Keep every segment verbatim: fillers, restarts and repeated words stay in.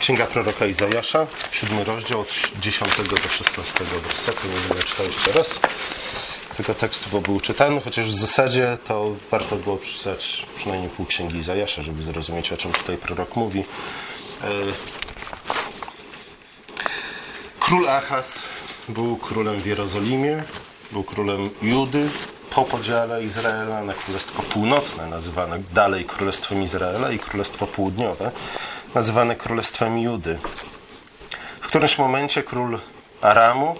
Księga proroka Izajasza, siódmy rozdział, od dziesiątego do szesnastego wersetu. Nie będę czytał jeszcze raz tego tekstu, bo był czytany, chociaż w zasadzie to warto było przeczytać przynajmniej pół księgi Izajasza, żeby zrozumieć, o czym tutaj prorok mówi. Król Achaz był królem w Jerozolimie, był królem Judy po podziale Izraela na Królestwo Północne, nazywane dalej Królestwem Izraela, i Królestwo Południowe, nazywane Królestwem Judy. W którymś momencie król Aramu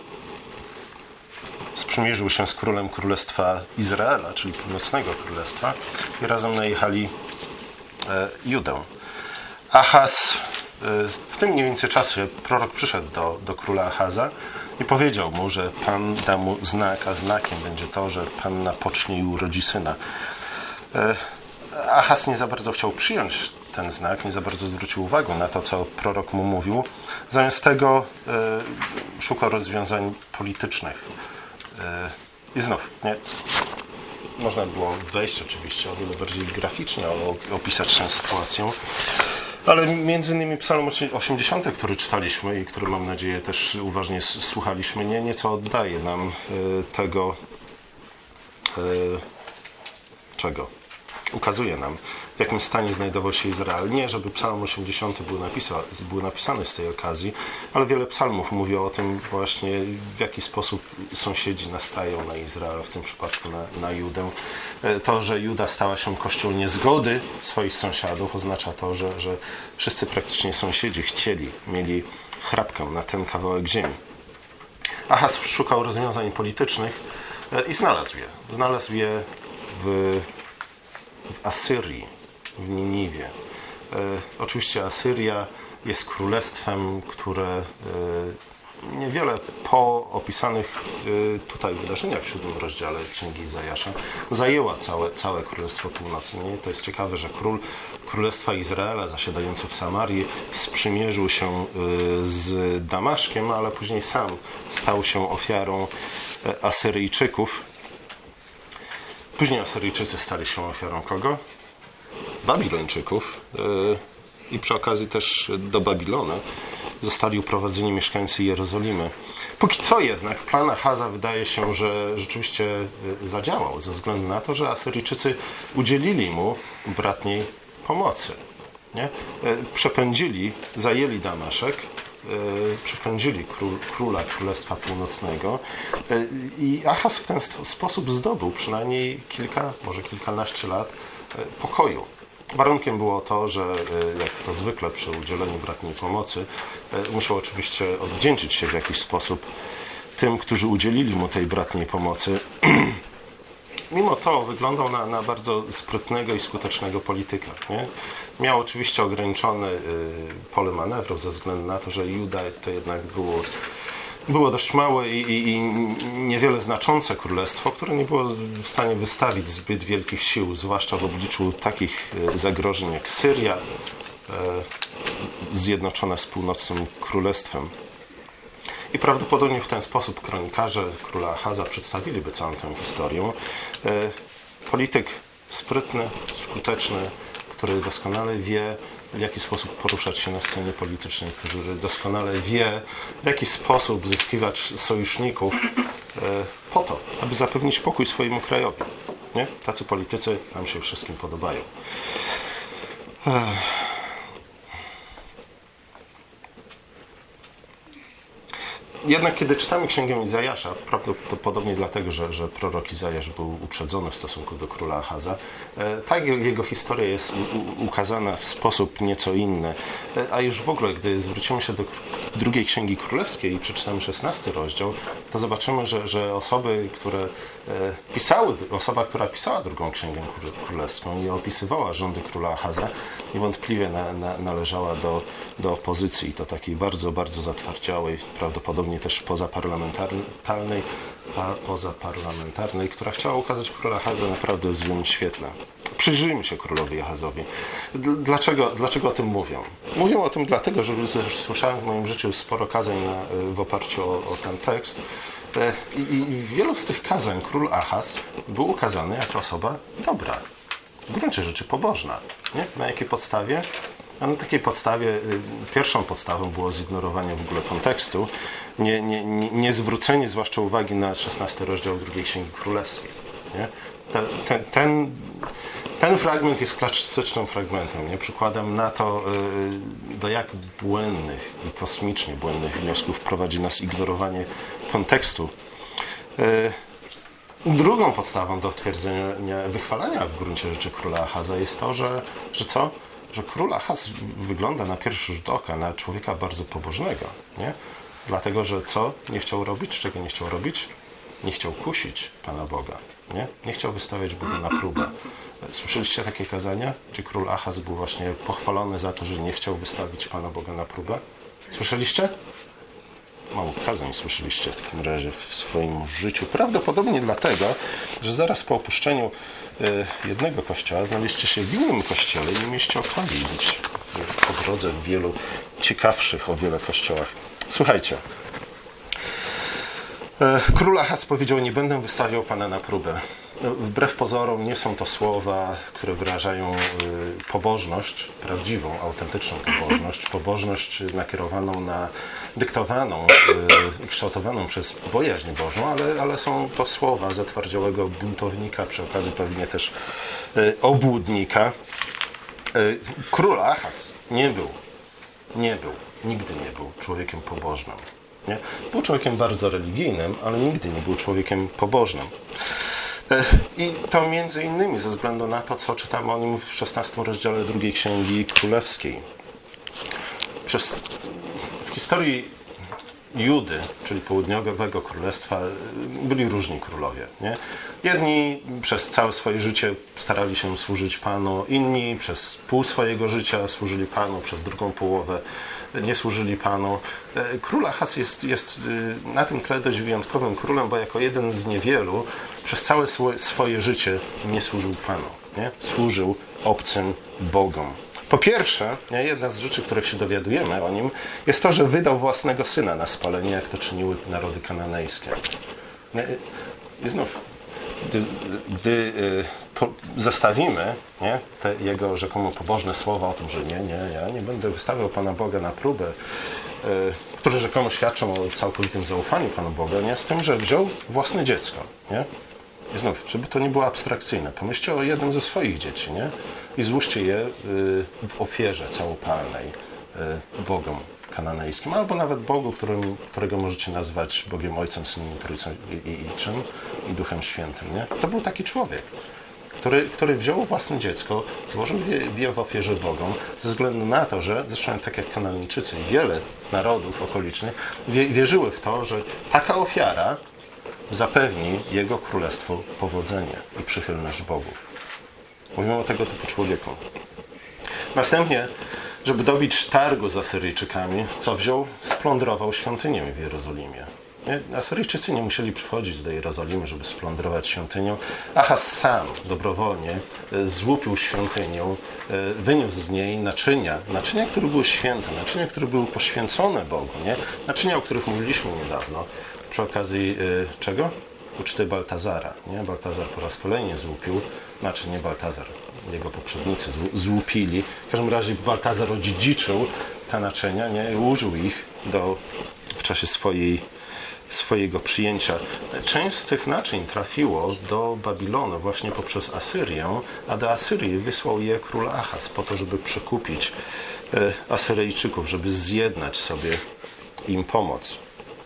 sprzymierzył się z królem Królestwa Izraela, czyli Północnego Królestwa, i razem najechali e, Judę. Achaz, e, w tym mniej więcej czasie prorok przyszedł do, do króla Achaza i powiedział mu, że Pan da mu znak, a znakiem będzie to, że Panna pocznie i urodzi syna. E, Achaz nie za bardzo chciał przyjąć ten znak, nie za bardzo zwrócił uwagę na to, co prorok mu mówił. Zamiast tego e, szukał rozwiązań politycznych. E, I znów, nie, można było wejść oczywiście o wiele bardziej graficznie, opisać tę sytuację, ale między innymi Psalm osiemdziesiąty, który czytaliśmy i który, mam nadzieję, też uważnie słuchaliśmy, nie, nieco oddaje nam e, tego, e, czego? Ukazuje nam, w jakim stanie znajdował się Izrael. Nie, żeby Psalm osiemdziesiąty był, napisa, był napisany z tej okazji, ale wiele psalmów mówi o tym właśnie, w jaki sposób sąsiedzi nastają na Izrael, w tym przypadku na, na Judę. To, że Juda stała się kością niezgody swoich sąsiadów, oznacza to, że, że wszyscy praktycznie sąsiedzi chcieli, mieli chrapkę na ten kawałek ziemi. Achaz szukał rozwiązań politycznych i znalazł je. Znalazł je w w Asyrii, w Niniwie. E, oczywiście Asyria jest królestwem, które e, niewiele po opisanych e, tutaj wydarzeniach w siódmym rozdziale Księgi Izajasza zajęła całe, całe Królestwo Północne. Nie? To jest ciekawe, że król Królestwa Izraela zasiadający w Samarii sprzymierzył się e, z Damaszkiem, ale później sam stał się ofiarą e, Asyryjczyków. Później Asyryjczycy stali się ofiarą kogo? Babilończyków. I przy okazji też do Babilonu zostali uprowadzeni mieszkańcy Jerozolimy. Póki co jednak plan Achaza wydaje się, że rzeczywiście zadziałał, ze względu na to, że Asyryjczycy udzielili mu bratniej pomocy. Nie? Przepędzili, zajęli Damaszek, przepędzili król, króla Królestwa Północnego i Achaz w ten sposób zdobył przynajmniej kilka, może kilkanaście lat pokoju. Warunkiem było to, że jak to zwykle przy udzieleniu bratniej pomocy, musiał oczywiście odwdzięczyć się w jakiś sposób tym, którzy udzielili mu tej bratniej pomocy. Mimo to wyglądał na, na bardzo sprytnego i skutecznego polityka. Nie? Miał oczywiście ograniczone y, pole manewru ze względu na to, że Juda to jednak było, było dość małe i, i, i niewiele znaczące królestwo, które nie było w stanie wystawić zbyt wielkich sił, zwłaszcza w obliczu takich zagrożeń jak Syria, y, zjednoczona z północnym królestwem. I prawdopodobnie w ten sposób kronikarze króla Achaza przedstawiliby całą tę historię. Polityk sprytny, skuteczny, który doskonale wie, w jaki sposób poruszać się na scenie politycznej, który doskonale wie, w jaki sposób zyskiwać sojuszników po to, aby zapewnić pokój swojemu krajowi. Nie? Tacy politycy nam się wszystkim podobają. Jednak kiedy czytamy Księgę Izajasza, prawdopodobnie dlatego, że, że prorok Izajasz był uprzedzony w stosunku do króla Achaza, tak jego historia jest u, u, ukazana w sposób nieco inny. A już w ogóle, gdy zwrócimy się do drugiej Księgi Królewskiej i przeczytamy szesnasty rozdział, to zobaczymy, że, że osoby, które pisały, osoba, która pisała drugą Księgę Królewską i opisywała rządy króla Achaza, niewątpliwie na, na, należała do, do opozycji, to takiej bardzo, bardzo zatwardziałej, prawdopodobnie też pozaparlamentarnej, pozaparlamentarnej, która chciała ukazać króla Achaza naprawdę w złym świetle. Przyjrzyjmy się królowi Achazowi. Dlaczego, dlaczego o tym mówię? Mówię o tym dlatego, że już słyszałem w moim życiu sporo kazań na, w oparciu o, o ten tekst. I, I w wielu z tych kazań król Achaz był ukazany jako osoba dobra. W gruncie rzeczy pobożna. Nie? Na jakiej podstawie? A na takiej podstawie, pierwszą podstawą było zignorowanie w ogóle kontekstu, nie, nie, nie, nie zwrócenie zwłaszcza uwagi na szesnasty rozdział drugiej Księgi Królewskiej. Nie? Ten, ten, ten fragment jest klasycznym fragmentem, nie? Przykładem na to, do jak błędnych i kosmicznie błędnych wniosków prowadzi nas ignorowanie kontekstu. Drugą podstawą do twierdzenia wychwalania w gruncie rzeczy króla Ahaza jest to, że, że co? Że król Ahaz wygląda na pierwszy rzut oka na człowieka bardzo pobożnego, nie? Dlatego, że co nie chciał robić? Czego nie chciał robić? Nie chciał kusić Pana Boga, nie? Nie chciał wystawiać Boga na próbę. Słyszeliście takie kazania, gdzie król Ahaz był właśnie pochwalony za to, że nie chciał wystawić Pana Boga na próbę? Słyszeliście? Mało kazań słyszeliście w takim razie w swoim życiu. Prawdopodobnie dlatego, że zaraz po opuszczeniu jednego kościoła znaleźliście się w innym kościele i nie mieliście okazji być po drodze w wielu ciekawszych o wiele kościołach. Słuchajcie. Król Ahaz powiedział: nie będę wystawiał Pana na próbę. Wbrew pozorom nie są to słowa, które wyrażają pobożność, prawdziwą, autentyczną pobożność, pobożność nakierowaną na, dyktowaną i kształtowaną przez bojaźń Bożą, ale, ale są to słowa zatwardziałego buntownika, przy okazji pewnie też obłudnika. Król Ahaz nie był, nie był, nigdy nie był człowiekiem pobożnym. Nie? Był człowiekiem bardzo religijnym, ale nigdy nie był człowiekiem pobożnym. I to między innymi ze względu na to, co czytamy o nim w szesnastym rozdziale drugiej Księgi Królewskiej. Przez, w historii Judy, czyli południowego królestwa, byli różni królowie. Nie? Jedni przez całe swoje życie starali się służyć Panu, inni przez pół swojego życia służyli Panu, przez drugą połowę nie służyli Panu. Król Ahaz jest, jest na tym tle dość wyjątkowym królem, bo jako jeden z niewielu przez całe swoje życie nie służył Panu. Nie? Służył obcym bogom. Po pierwsze, jedna z rzeczy, których się dowiadujemy o nim, jest to, że wydał własnego syna na spalenie, jak to czyniły narody kananejskie. I znów, gdy, gdy zestawimy nie, te jego rzekomo pobożne słowa o tym, że nie, nie, ja nie będę wystawiał Pana Boga na próbę, które rzekomo świadczą o całkowitym zaufaniu Panu Boga, nie, z tym, że wziął własne dziecko. Nie? I znów, żeby to nie było abstrakcyjne, pomyślcie o jednym ze swoich dzieci, nie? I złóżcie je w ofierze całopalnej bogom kananejskim, albo nawet Bogu, którym, którego możecie nazwać Bogiem Ojcem, Synem i Trójcą i, i, i czym? I Duchem Świętym, nie? To był taki człowiek, który, który wziął własne dziecko, złożył je, je w ofierze Bogom, ze względu na to, że, zresztą tak jak Kananejczycy i wiele narodów okolicznych, wie, wierzyły w to, że taka ofiara zapewni jego królestwu powodzenie i przychylność Bogu. Mówimy o tego typu człowieku. Następnie, żeby dobić targu z Asyryjczykami, co wziął? Splądrował świątynię w Jerozolimie. Nie? Asyryjczycy nie musieli przychodzić do Jerozolimy, żeby splądrować świątynię. Ahaz sam dobrowolnie złupił świątynię, wyniósł z niej naczynia, naczynia, które były święte, naczynia, które były poświęcone Bogu, nie? Naczynia, o których mówiliśmy niedawno, przy okazji y, czego? Uczty Baltazara. Nie? Baltazar po raz kolejny złupił, znaczy nie Baltazar, jego poprzednicy złupili. W każdym razie Baltazar odziedziczył te naczynia, nie? I użył ich do, w czasie swojej, swojego przyjęcia. Część z tych naczyń trafiło do Babilonu właśnie poprzez Asyrię, a do Asyrii wysłał je król Ahaz po to, żeby przekupić y, Asyryjczyków, żeby zjednać sobie im pomoc.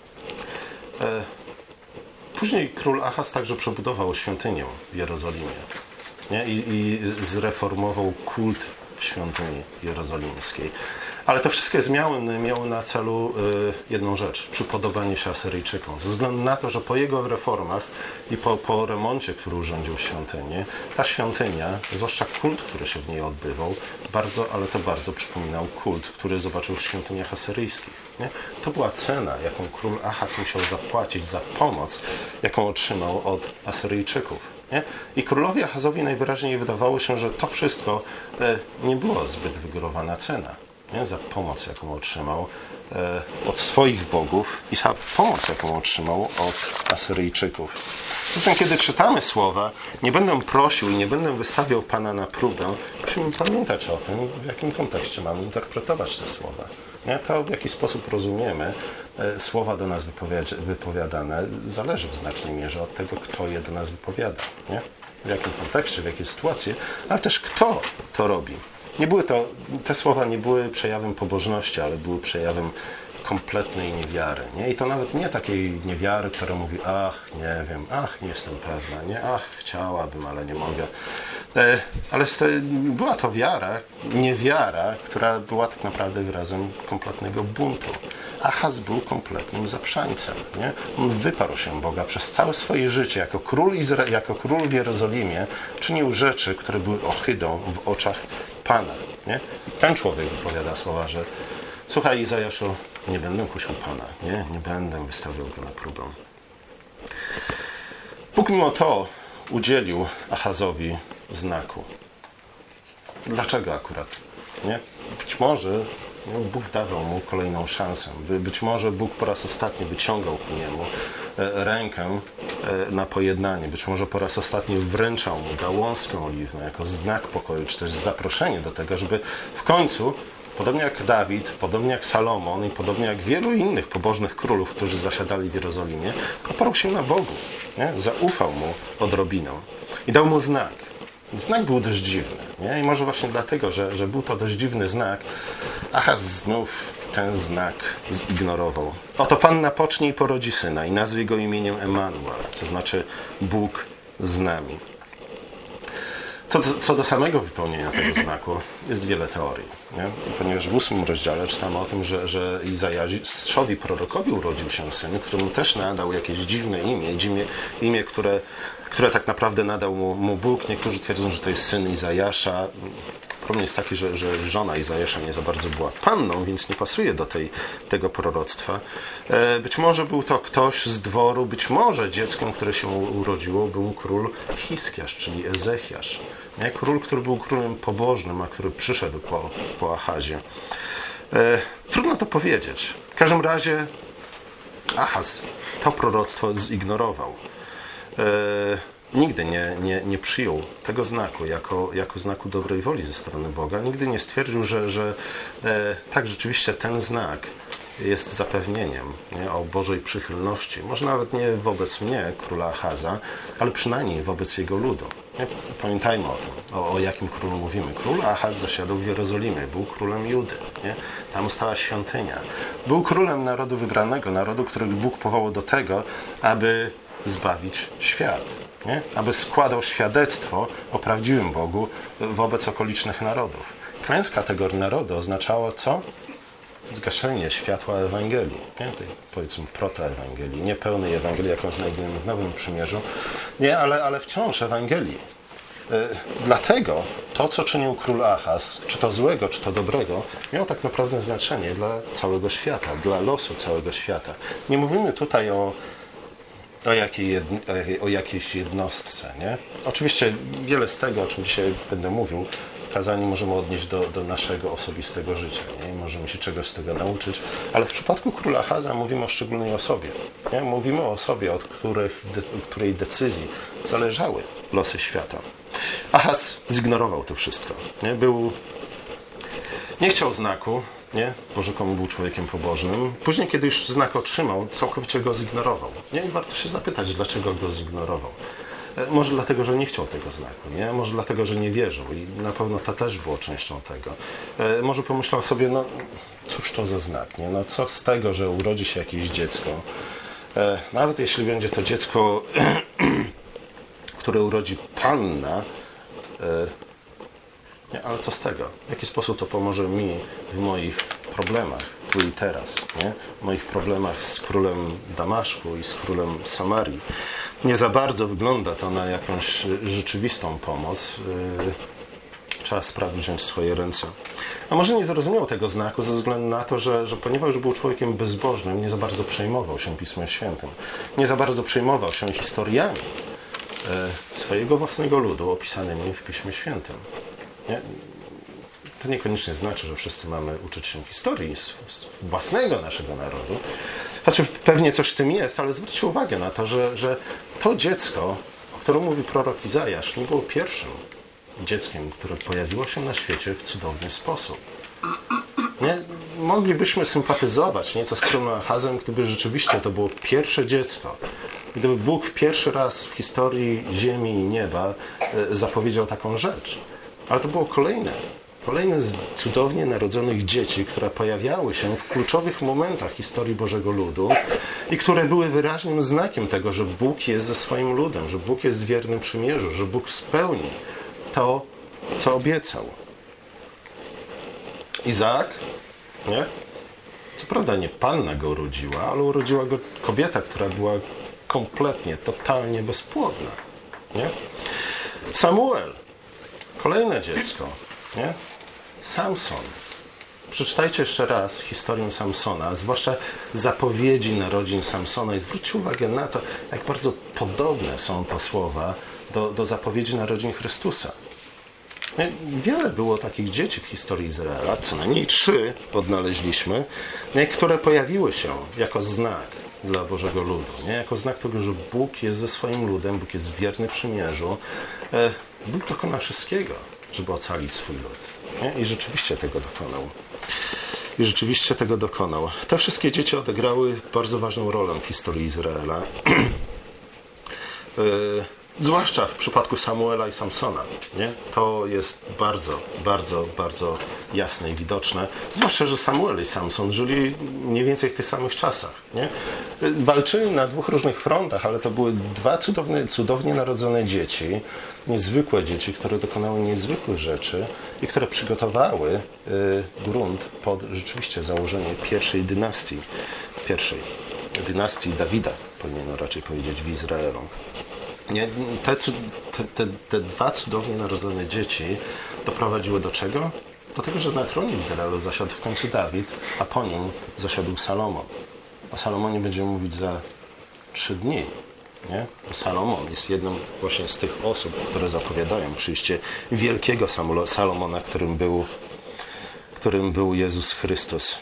Później król Ahaz także przebudował świątynię w Jerozolimie, nie? I, i zreformował kult w świątyni jerozolimskiej. Ale te wszystkie zmiany miały na celu y, jedną rzecz, przypodobanie się Asyryjczykom. Ze względu na to, że po jego reformach i po, po remoncie, który urządził w świątyni, ta świątynia, zwłaszcza kult, który się w niej odbywał, bardzo, ale to bardzo przypominał kult, który zobaczył w świątyniach asyryjskich. Nie? To była cena, jaką król Ahaz musiał zapłacić za pomoc, jaką otrzymał od Asyryjczyków. Nie? I królowi Ahazowi najwyraźniej wydawało się, że to wszystko e, nie była zbyt wygórowana cena. nie? Za pomoc, jaką otrzymał e, od swoich bogów i za pomoc, jaką otrzymał od Asyryjczyków. Zatem, kiedy czytamy słowa, nie będę prosił i nie będę wystawiał Pana na próbę, musimy pamiętać o tym, w jakim kontekście mamy interpretować te słowa. Nie? To, w jaki sposób rozumiemy e, słowa do nas wypowiadane, zależy w znacznej mierze od tego, kto je do nas wypowiada. Nie? W jakim kontekście, w jakiej sytuacji, ale też kto to robi. Nie były to, te słowa nie były przejawem pobożności, ale były przejawem kompletnej niewiary. Nie? I to nawet nie takiej niewiary, która mówi, ach, nie wiem, ach, nie jestem pewna, nie, ach, chciałabym, ale nie mogę. E, ale była to wiara, niewiara, która była tak naprawdę wyrazem kompletnego buntu. Ahaz był kompletnym zaprzańcem. Nie? On wyparł się Boga przez całe swoje życie. Jako król, Izra- jako król w Jerozolimie czynił rzeczy, które były ohydą w oczach Pana. Nie? I ten człowiek wypowiada słowa, że słuchaj, Izajaszu, nie będę kusił Pana. Nie, nie będę wystawiał go na próbę. Bóg mimo to udzielił Ahazowi znaku. Dlaczego akurat? Nie? Być może no, Bóg dawał mu kolejną szansę. Być może Bóg po raz ostatni wyciągał ku niemu rękę na pojednanie. Być może po raz ostatni wręczał mu gałązkę oliwną jako znak pokoju, czy też zaproszenie do tego, żeby w końcu, podobnie jak Dawid, podobnie jak Salomon i podobnie jak wielu innych pobożnych królów, którzy zasiadali w Jerozolimie, oparł się na Bogu. Nie? Zaufał mu odrobinę i dał mu znak. Znak był dość dziwny. Nie? I może właśnie dlatego, że, że był to dość dziwny znak, Ahaz znów ten znak zignorował. Oto Panna pocznie i porodzi syna i nazwie go imieniem Emanuel, to znaczy Bóg z nami. Co, co do samego wypełnienia tego znaku jest wiele teorii. Nie? Ponieważ w ósmym rozdziale czytamy o tym, że, że Izajaszowi prorokowi urodził się syn, któremu też nadał jakieś dziwne imię, imię, imię które, które tak naprawdę nadał mu, mu Bóg. Niektórzy twierdzą, że to jest syn Izajasza. Problem jest taki, że, że żona Izajasza nie za bardzo była panną, więc nie pasuje do tej, tego proroctwa. Być może był to ktoś z dworu, być może dzieckiem, które się urodziło, był król Hiskiasz, czyli Ezechiasz. Nie? Król, który był królem pobożnym, a który przyszedł po, po Ahazie. Trudno to powiedzieć. W każdym razie Ahaz to proroctwo zignorował. Nigdy nie, nie, nie przyjął tego znaku jako, jako znaku dobrej woli ze strony Boga. Nigdy nie stwierdził, że, że e, tak, rzeczywiście ten znak jest zapewnieniem nie, o Bożej przychylności. Może nawet nie wobec mnie, króla Ahaza, ale przynajmniej wobec jego ludu. Nie? Pamiętajmy o tym, o, o jakim królu mówimy. Król Ahaz zasiadał w Jerozolimie, był królem Judy. Nie? Tam stała świątynia. Był królem narodu wybranego, narodu, którego Bóg powołał do tego, aby zbawić świat. Nie? Aby składał świadectwo o prawdziwym Bogu wobec okolicznych narodów. Klęska tego narodu oznaczało co? Zgaszenie światła Ewangelii. Nie? Tej, powiedzmy protoewangelii. Nie pełnej Ewangelii, jaką znajdujemy w Nowym Przymierzu. Nie, ale, ale wciąż Ewangelii. Yy, dlatego to, co czynił król Ahaz, czy to złego, czy to dobrego, miało tak naprawdę znaczenie dla całego świata, dla losu całego świata. Nie mówimy tutaj o O, jakiej jedno, o jakiejś jednostce. Nie? Oczywiście wiele z tego, o czym dzisiaj będę mówił, w kazaniu możemy odnieść do, do naszego osobistego życia. Nie? Możemy się czegoś z tego nauczyć, ale w przypadku króla Ahaza mówimy o szczególnej osobie. Nie? Mówimy o osobie, od których, de, której decyzji zależały losy świata. Ahaz zignorował to wszystko. Nie? Był, nie chciał znaku, nie? Bo rzekomo był człowiekiem pobożnym. Później, kiedy już znak otrzymał, całkowicie go zignorował. Nie? I warto się zapytać, dlaczego go zignorował. Może dlatego, że nie chciał tego znaku. Nie? Może dlatego, że nie wierzył. I na pewno to też było częścią tego. Może pomyślał sobie, no cóż to za znak? Nie? No co z tego, że urodzi się jakieś dziecko? Nawet jeśli będzie to dziecko, które urodzi panna, nie, ale co z tego? W jaki sposób to pomoże mi w moich problemach tu i teraz? Nie? W moich problemach z królem Damaszku i z królem Samarii. Nie za bardzo wygląda to na jakąś rzeczywistą pomoc. Trzeba sprawy wziąć w swoje ręce. A może nie zrozumiał tego znaku ze względu na to, że, że ponieważ był człowiekiem bezbożnym, nie za bardzo przejmował się Pismem Świętym. Nie za bardzo przejmował się historiami swojego własnego ludu opisanymi w Piśmie Świętym. Nie? To niekoniecznie znaczy, że wszyscy mamy uczyć się historii z, z własnego naszego narodu. Znaczy pewnie coś w tym jest, ale zwróćcie uwagę na to, że, że to dziecko, o którym mówi prorok Izajasz, nie było pierwszym dzieckiem, które pojawiło się na świecie w cudowny sposób. Nie? Moglibyśmy sympatyzować nieco z królem Ahazem, gdyby rzeczywiście to było pierwsze dziecko. Gdyby Bóg pierwszy raz w historii ziemi i nieba zapowiedział taką rzecz. Ale to było kolejne. Kolejne z cudownie narodzonych dzieci, które pojawiały się w kluczowych momentach historii Bożego Ludu i które były wyraźnym znakiem tego, że Bóg jest ze swoim ludem, że Bóg jest w wiernym przymierzu, że Bóg spełni to, co obiecał. Izaak, nie? Co prawda nie panna go urodziła, ale urodziła go kobieta, która była kompletnie, totalnie bezpłodna. Nie? Samuel, kolejne dziecko. Nie? Samson. Przeczytajcie jeszcze raz historię Samsona, zwłaszcza zapowiedzi narodzin Samsona i zwróćcie uwagę na to, jak bardzo podobne są to słowa do, do zapowiedzi narodzin Chrystusa. Wiele było takich dzieci w historii Izraela, co najmniej trzy odnaleźliśmy, które pojawiły się jako znak dla Bożego ludu. Nie? Jako znak tego, że Bóg jest ze swoim ludem, Bóg jest wierny przymierzu. Bóg dokona wszystkiego, żeby ocalić swój lud. Nie? I rzeczywiście tego dokonał. I rzeczywiście tego dokonał. Te wszystkie dzieci odegrały bardzo ważną rolę w historii Izraela. Zwłaszcza w przypadku Samuela i Samsona. Nie? To jest bardzo, bardzo, bardzo jasne i widoczne. Zwłaszcza, że Samuel i Samson żyli mniej więcej w tych samych czasach. Nie? Walczyli na dwóch różnych frontach, ale to były dwa cudowne, cudownie narodzone dzieci, niezwykłe dzieci, które dokonały niezwykłych rzeczy i które przygotowały y, grunt pod rzeczywiście założenie pierwszej dynastii, pierwszej dynastii Dawida, powinienem raczej powiedzieć, w Izraelu. Nie, te, te, te, te dwa cudownie narodzone dzieci doprowadziły do czego? Do tego, że na tronie w Izraelu zasiadł w końcu Dawid, a po nim zasiadł Salomon. O Salomonie będziemy mówić za trzy dni. Nie? Salomon jest jedną właśnie z tych osób, które zapowiadają przyjście wielkiego Salomona, którym był, którym był Jezus Chrystus.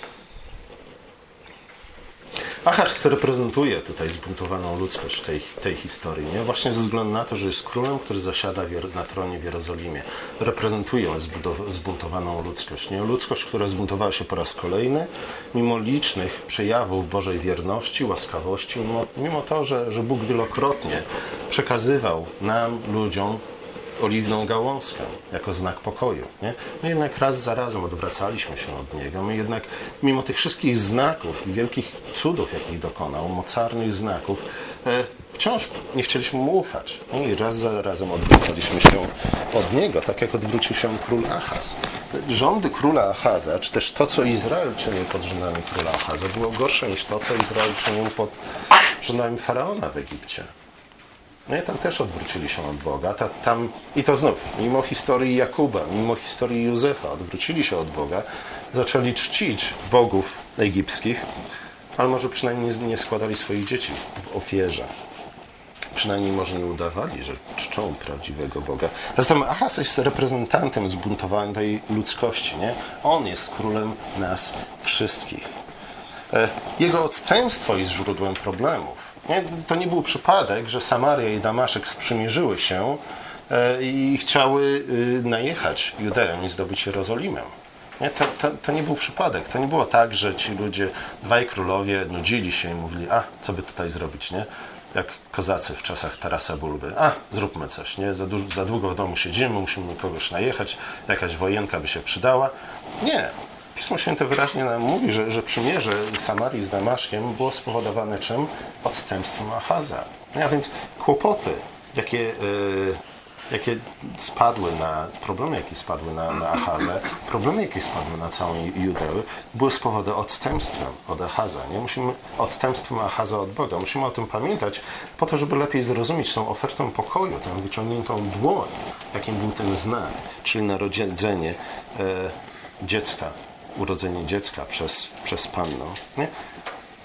Ahaz reprezentuje tutaj zbuntowaną ludzkość tej, tej historii, nie? Właśnie ze względu na to, że jest królem, który zasiada na tronie w Jerozolimie. Reprezentuje zbuntowaną ludzkość. Nie? Ludzkość, która zbuntowała się po raz kolejny, mimo licznych przejawów Bożej wierności, łaskawości, mimo, mimo to, że, że Bóg wielokrotnie przekazywał nam, ludziom, oliwną gałązkę jako znak pokoju. Nie? My jednak raz za razem odwracaliśmy się od Niego. My jednak mimo tych wszystkich znaków i wielkich cudów, jakich dokonał, mocarnych znaków, e, wciąż nie chcieliśmy Mu ufać. I raz za razem odwracaliśmy się od Niego, tak jak odwrócił się król Ahaz. Rządy króla Ahaza, czy też to, co Izrael czynił pod rządami króla Ahaza, było gorsze niż to, co Izrael czynił pod rządami Faraona w Egipcie. No i tam też odwrócili się od Boga. Ta, tam, I to znów, mimo historii Jakuba, mimo historii Józefa, odwrócili się od Boga, zaczęli czcić bogów egipskich, ale może przynajmniej nie, nie składali swoich dzieci w ofierze. Przynajmniej może nie udawali, że czczą prawdziwego Boga. Zatem Ahaz jest reprezentantem zbuntowanej ludzkości. Nie? On jest królem nas wszystkich. Jego odstępstwo jest źródłem problemów. Nie? To nie był przypadek, że Samaria i Damaszek sprzymierzyły się i chciały najechać Judeę i zdobyć Jerozolimę. Nie? To, to, to nie był przypadek. To nie było tak, że ci ludzie, dwaj królowie, nudzili się i mówili, a co by tutaj zrobić, nie? Jak kozacy w czasach Tarasa Bulby. A, zróbmy coś, nie? Za, du- za długo w domu siedzimy, musimy kogoś najechać, jakaś wojenka by się przydała. Nie. Pismo Święte wyraźnie nam mówi, że, że przymierze Samarii z Damaszkiem było spowodowane czym? Odstępstwem Ahaza. A więc kłopoty, jakie, yy, jakie spadły na, problemy, jakie spadły na, na Ahazę, problemy, jakie spadły na całą Judeę, były z powodu odstępstwem od Ahaza. Nie? Musimy odstępstwem Ahaza od Boga. Musimy o tym pamiętać po to, żeby lepiej zrozumieć tą ofertę pokoju, tę wyciągniętą dłoń, jakim był ten znak, czyli narodzenie yy, dziecka, urodzenie dziecka przez, przez Pannę. Nie?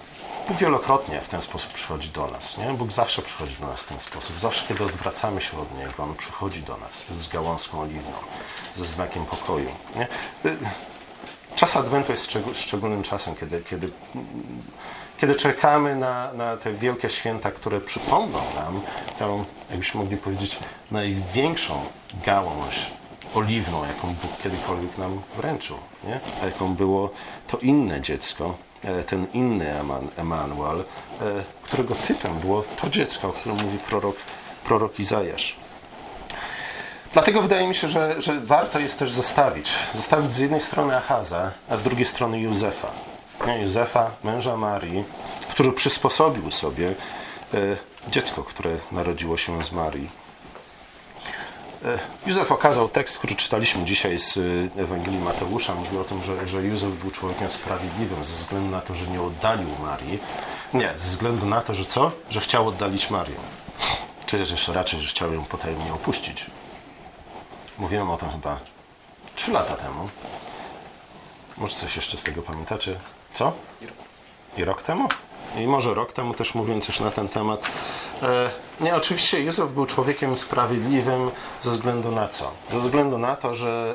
Bóg wielokrotnie w ten sposób przychodzi do nas. Nie? Bóg zawsze przychodzi do nas w ten sposób. Zawsze, kiedy odwracamy się od Niego, On przychodzi do nas z gałązką oliwną, ze znakiem pokoju. Nie? Czas Adwentu jest szczególnym czasem, kiedy, kiedy, kiedy czekamy na, na te wielkie święta, które przypomną nam tę, jakbyśmy mogli powiedzieć, największą gałąź oliwną, jaką Bóg kiedykolwiek nam wręczył. Nie? A jaką było to inne dziecko, ten inny Emanuel, którego typem było to dziecko, o którym mówi prorok, prorok Izajasz. Dlatego wydaje mi się, że, że warto jest też zostawić. Zostawić z jednej strony Achaza, a z drugiej strony Józefa. Nie, Józefa, męża Marii, który przysposobił sobie e, dziecko, które narodziło się z Marii. E, Józef okazał tekst, który czytaliśmy dzisiaj z Ewangelii Mateusza. Mówi o tym, że, że Józef był człowiekiem sprawiedliwym ze względu na to, że nie oddalił Marii. Nie, ze względu na to, że co? Że chciał oddalić Marię. Czy też raczej, że chciał ją potajemnie opuścić. Mówiłem o tym chyba trzy lata temu. Może coś jeszcze z tego pamiętacie? Co? I rok temu? I może rok temu też mówiłem coś na ten temat. E, nie, oczywiście Józef był człowiekiem sprawiedliwym ze względu na co? Ze względu na to, że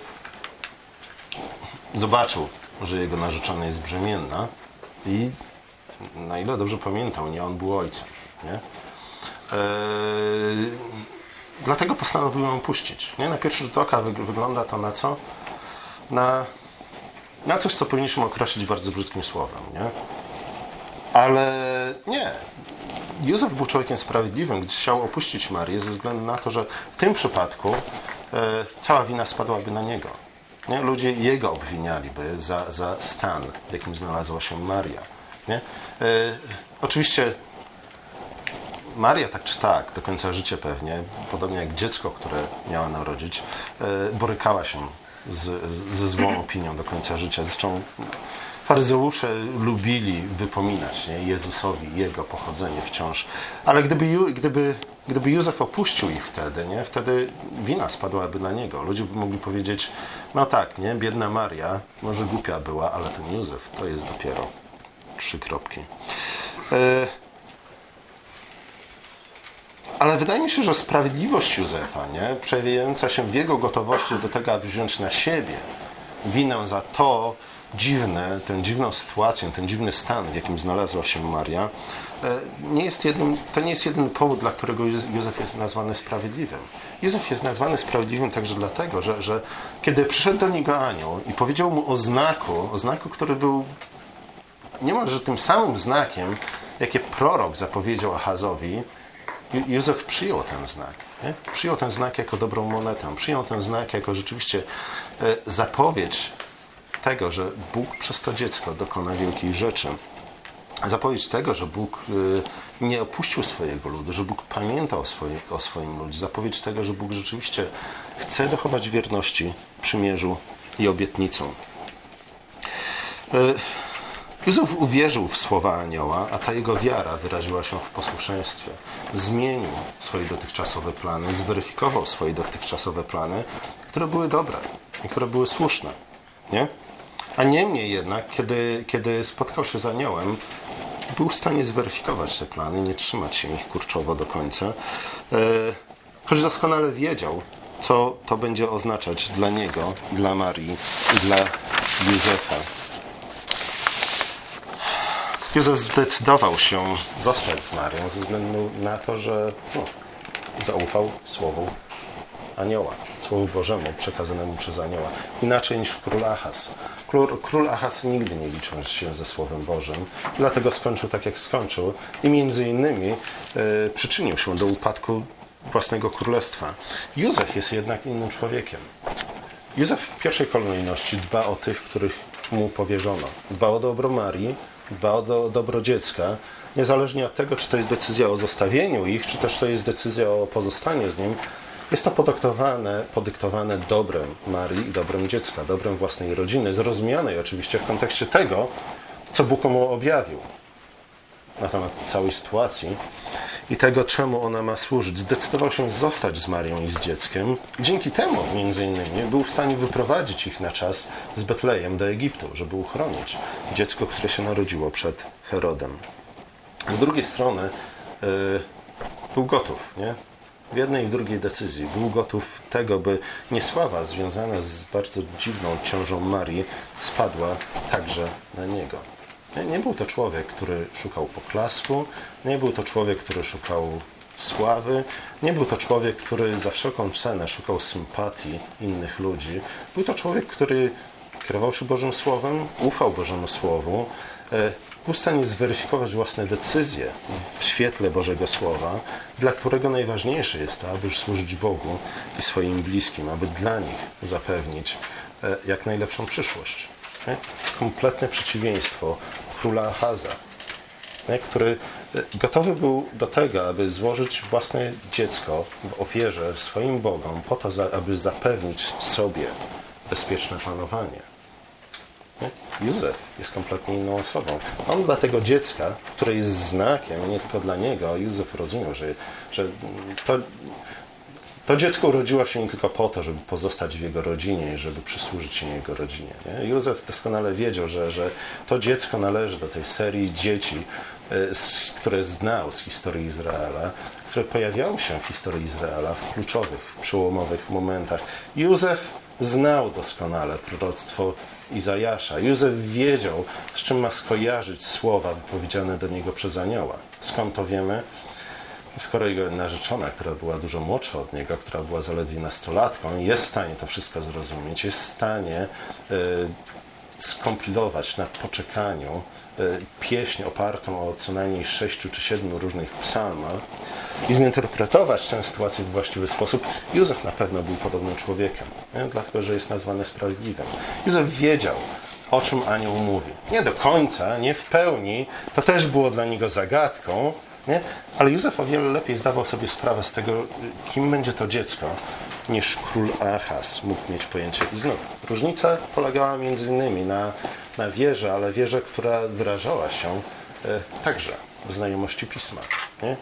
y, zobaczył, że jego narzeczona jest brzemienna i na ile dobrze pamiętał, nie on był ojcem. Nie? E, Dlatego postanowił ją puścić. Nie? Na pierwszy rzut oka wygląda to na co? Na, na coś, co powinniśmy określić bardzo brzydkim słowem. Nie? Ale nie. Józef był człowiekiem sprawiedliwym, gdy chciał opuścić Marię ze względu na to, że w tym przypadku e, cała wina spadłaby na niego. Nie? Ludzie jego obwinialiby za, za stan, w jakim znalazła się Maria. Nie? E, oczywiście Maria tak czy tak, do końca życia pewnie, podobnie jak dziecko, które miała narodzić, borykała się z, ze złą opinią do końca życia. Zresztą faryzeusze lubili wypominać nie, Jezusowi jego pochodzenie wciąż. Ale gdyby, gdyby, gdyby Józef opuścił ich wtedy, nie, wtedy wina spadłaby na niego. Ludzie by mogli powiedzieć, no tak, nie, biedna Maria, może głupia była, ale ten Józef to jest dopiero trzy kropki. E, Ale wydaje mi się, że sprawiedliwość Józefa, nie, przejawiająca się w jego gotowości do tego, aby wziąć na siebie winę za to dziwne, tę dziwną sytuację, ten dziwny stan, w jakim znalazła się Maria, nie jest jednym, to nie jest jedyny powód, dla którego Józef jest nazwany sprawiedliwym. Józef jest nazwany sprawiedliwym także dlatego, że, że kiedy przyszedł do niego anioł i powiedział mu o znaku, o znaku, który był niemalże tym samym znakiem, jakie prorok zapowiedział Achazowi, Józef przyjął ten znak. Nie? Przyjął ten znak jako dobrą monetę. Przyjął ten znak jako rzeczywiście zapowiedź tego, że Bóg przez to dziecko dokona wielkiej rzeczy. Zapowiedź tego, że Bóg nie opuścił swojego ludu, że Bóg pamięta o, swoje, o swoim ludzie. Zapowiedź tego, że Bóg rzeczywiście chce dochować wierności przymierzu i obietnicom. Józef uwierzył w słowa anioła, a ta jego wiara wyraziła się w posłuszeństwie. Zmienił swoje dotychczasowe plany, zweryfikował swoje dotychczasowe plany, które były dobre i które były słuszne. Nie? A niemniej jednak, kiedy, kiedy spotkał się z aniołem, był w stanie zweryfikować te plany, nie trzymać się ich kurczowo do końca, choć doskonale wiedział, co to będzie oznaczać dla niego, dla Marii i dla Józefa. Józef zdecydował się zostać z Marią ze względu na to, że no, zaufał słowu anioła, słowu Bożemu przekazanemu przez anioła. Inaczej niż król Achaz. Król, król Achaz nigdy nie liczył się ze słowem Bożym, dlatego skończył tak, jak skończył i między innymi e, przyczynił się do upadku własnego królestwa. Józef jest jednak innym człowiekiem. Józef w pierwszej kolejności dba o tych, których mu powierzono. Dba o dobro Marii, dba o do, dobro dziecka, niezależnie od tego, czy to jest decyzja o zostawieniu ich, czy też to jest decyzja o pozostaniu z nim. Jest to podyktowane, podyktowane dobrem Marii i dobrem dziecka, dobrem własnej rodziny, zrozumianej oczywiście w kontekście tego, co Bóg mu objawił na temat całej sytuacji. i tego, czemu ona ma służyć. Zdecydował się zostać z Marią i z dzieckiem. Dzięki temu, między innymi, był w stanie wyprowadzić ich na czas z Betlejem do Egiptu, żeby uchronić dziecko, które się narodziło przed Herodem. Z drugiej strony yy, był gotów, nie? W jednej i w drugiej decyzji. Był gotów tego, by niesława związana z bardzo dziwną ciążą Marii spadła także na niego. Nie, nie był to człowiek, który szukał poklasku, nie był to człowiek, który szukał sławy, nie był to człowiek, który za wszelką cenę szukał sympatii innych ludzi. Był to człowiek, który kierował się Bożym Słowem, ufał Bożemu Słowu, był w stanie zweryfikować własne decyzje w świetle Bożego Słowa, dla którego najważniejsze jest to, aby służyć Bogu i swoim bliskim, aby dla nich zapewnić jak najlepszą przyszłość. Kompletne przeciwieństwo króla Achaza, który gotowy był do tego, aby złożyć własne dziecko w ofierze swoim bogom, po to, aby zapewnić sobie bezpieczne panowanie. Józef jest kompletnie inną osobą. On dla tego dziecka, które jest znakiem, nie tylko dla niego, Józef rozumiał, że, że to, to dziecko urodziło się nie tylko po to, żeby pozostać w jego rodzinie i żeby przysłużyć się jego rodzinie. Nie? Józef doskonale wiedział, że, że to dziecko należy do tej serii dzieci, które znał z historii Izraela, które pojawiały się w historii Izraela w kluczowych, przełomowych momentach. Józef znał doskonale proroctwo Izajasza. Józef wiedział, z czym ma skojarzyć słowa wypowiedziane do niego przez anioła. Skąd to wiemy? Skoro jego narzeczona, która była dużo młodsza od niego, która była zaledwie nastolatką, jest w stanie to wszystko zrozumieć, jest w stanie y, skompilować na poczekaniu y, pieśń opartą o co najmniej sześciu czy siedmiu różnych psalmach i zinterpretować tę sytuację w właściwy sposób, Józef na pewno był podobnym człowiekiem, nie? Dlatego, że jest nazwany sprawiedliwym. Józef wiedział, o czym anioł mówi. Nie do końca, nie w pełni, to też było dla niego zagadką, nie? Ale Józef o wiele lepiej zdawał sobie sprawę z tego, kim będzie to dziecko, niż król Achaz mógł mieć pojęcie. I znów, różnica polegała między innymi na, na wierze, ale wierze, która wyrażała się e, także w znajomości Pisma. Nie?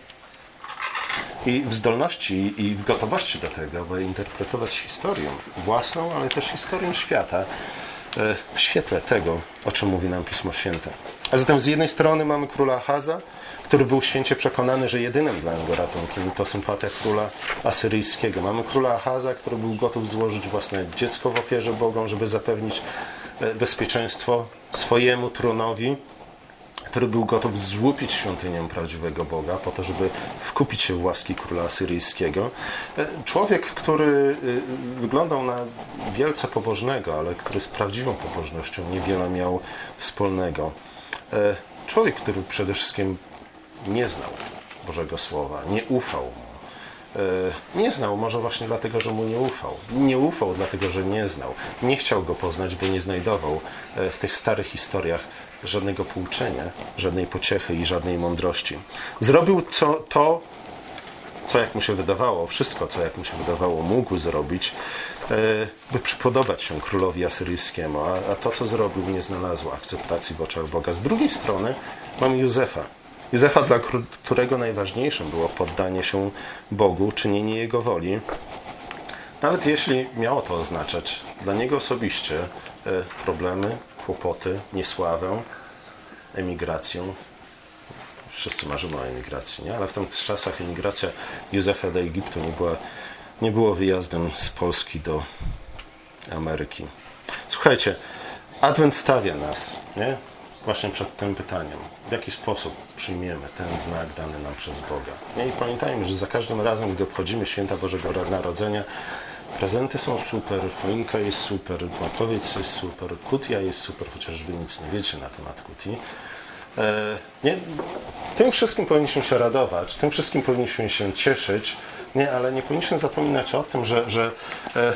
I w zdolności i w gotowości do tego, by interpretować historię własną, ale też historię świata e, w świetle tego, o czym mówi nam Pismo Święte. A zatem z jednej strony mamy króla Achaza, który był święcie przekonany, że jedynym dla niego ratunkiem to sympatia króla asyryjskiego. Mamy króla Achaza, który był gotów złożyć własne dziecko w ofierze Bogom, żeby zapewnić bezpieczeństwo swojemu tronowi, który był gotów złupić świątynię prawdziwego Boga po to, żeby wkupić się w łaski króla asyryjskiego. Człowiek, który wyglądał na wielce pobożnego, ale który z prawdziwą pobożnością niewiele miał wspólnego. Człowiek, który przede wszystkim nie znał Bożego Słowa, nie ufał mu. Nie znał może właśnie dlatego, że mu nie ufał. Nie ufał dlatego, że nie znał. Nie chciał go poznać, bo nie znajdował w tych starych historiach żadnego pouczenia, żadnej pociechy i żadnej mądrości. Zrobił co, to, co jak mu się wydawało, wszystko, co jak mu się wydawało, mógł zrobić, by przypodobać się królowi asyryjskiemu, a, a to, co zrobił, nie znalazło akceptacji w oczach Boga. Z drugiej strony mamy Józefa. Józefa, dla którego najważniejszym było poddanie się Bogu, czynienie Jego woli, nawet jeśli miało to oznaczać dla niego osobiście problemy, kłopoty, niesławę, emigrację. Wszyscy marzymy o emigracji, nie? Ale w tych czasach emigracja Józefa do Egiptu nie była, nie było wyjazdem z Polski do Ameryki. Słuchajcie, Adwent stawia nas, nie? Właśnie przed tym pytaniem. W jaki sposób przyjmiemy ten znak dany nam przez Boga? Nie? I pamiętajmy, że za każdym razem, gdy obchodzimy święta Bożego Narodzenia, prezenty są super, choinka jest super, makowiec jest super, kutia jest super, chociaż wy nic nie wiecie na temat kutii. E, nie? Tym wszystkim powinniśmy się radować, tym wszystkim powinniśmy się cieszyć, nie? Ale nie powinniśmy zapominać o tym, że, że e,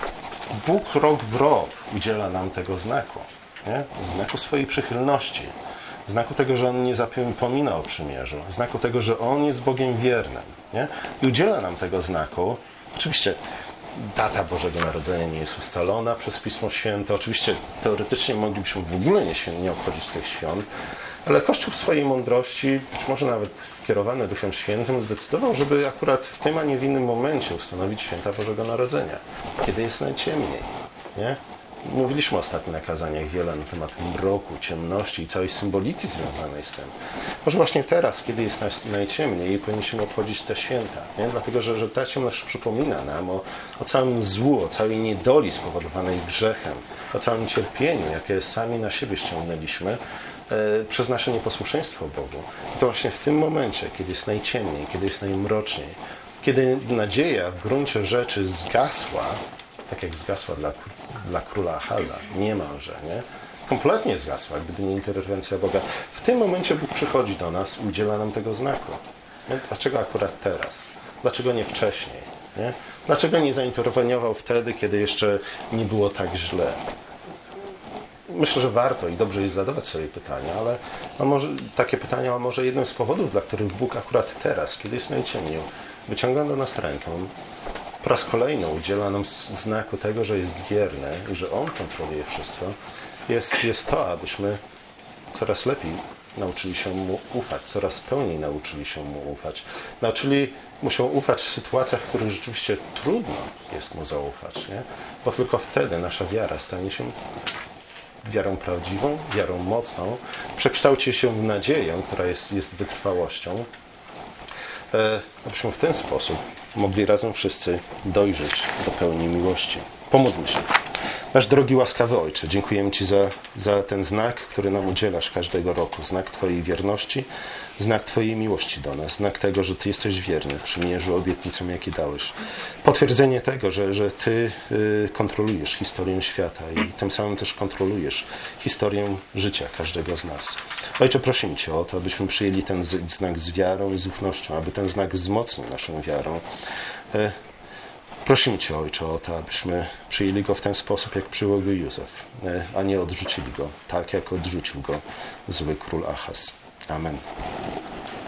Bóg rok w rok udziela nam tego znaku. Nie? Znaku swojej przychylności, znaku tego, że On nie zapomina o przymierzu, znaku tego, że On jest Bogiem wiernym, nie? I udziela nam tego znaku. Oczywiście data Bożego Narodzenia nie jest ustalona przez Pismo Święte. Oczywiście teoretycznie moglibyśmy w ogóle nie, świę- nie obchodzić tych świąt, ale Kościół w swojej mądrości, być może nawet kierowany Duchem Świętym, zdecydował, żeby akurat w tym, a nie w innym momencie ustanowić święta Bożego Narodzenia, kiedy jest najciemniej. Nie? Mówiliśmy ostatnio na kazaniach wiele na temat mroku, ciemności i całej symboliki związanej z tym. Może właśnie teraz, kiedy jest nas najciemniej, powinniśmy obchodzić te święta. Nie? Dlatego, że, że ta ciemność przypomina nam o, o całym złu, o całej niedoli spowodowanej grzechem, o całym cierpieniu, jakie sami na siebie ściągnęliśmy e, przez nasze nieposłuszeństwo Bogu. I to właśnie w tym momencie, kiedy jest najciemniej, kiedy jest najmroczniej, kiedy nadzieja w gruncie rzeczy zgasła, tak jak zgasła dla, dla króla Achaza, niemalże, nie? Kompletnie zgasła, gdyby nie interwencja Boga. W tym momencie Bóg przychodzi do nas i udziela nam tego znaku. Nie? Dlaczego akurat teraz? Dlaczego nie wcześniej? Nie? Dlaczego nie zainterweniował wtedy, kiedy jeszcze nie było tak źle? Myślę, że warto i dobrze jest zadawać sobie pytania, ale a może, takie pytania, a może jednym z powodów, dla których Bóg akurat teraz, kiedy jest najciemniej, wyciąga do nas rękę, po raz kolejny udziela nam znaku tego, że jest wierny i że On kontroluje wszystko, jest, jest to, abyśmy coraz lepiej nauczyli się Mu ufać, coraz pełniej nauczyli się Mu ufać. Nauczyli Mu się ufać w sytuacjach, w których rzeczywiście trudno jest Mu zaufać, nie? Bo tylko wtedy nasza wiara stanie się wiarą prawdziwą, wiarą mocną, przekształci się w nadzieję, która jest, jest wytrwałością, e, abyśmy w ten sposób mogli razem wszyscy dojrzeć do pełni miłości. Pomódlmy się. Nasz drogi, łaskawy Ojcze, dziękujemy Ci za, za ten znak, który nam udzielasz każdego roku. Znak Twojej wierności, znak Twojej miłości do nas, znak tego, że Ty jesteś wierny w przymierzu obietnicom, jakie dałeś. Potwierdzenie tego, że, że Ty y, kontrolujesz historię świata i tym samym też kontrolujesz historię życia każdego z nas. Ojcze, prosimy Cię o to, abyśmy przyjęli ten z, znak z wiarą i z ufnością, aby ten znak wzmocnił naszą wiarą. Y, Prosimy Cię, Ojcze, o to, abyśmy przyjęli go w ten sposób, jak przyjął go Józef, a nie odrzucili go, tak jak odrzucił go zły król Achaz. Amen.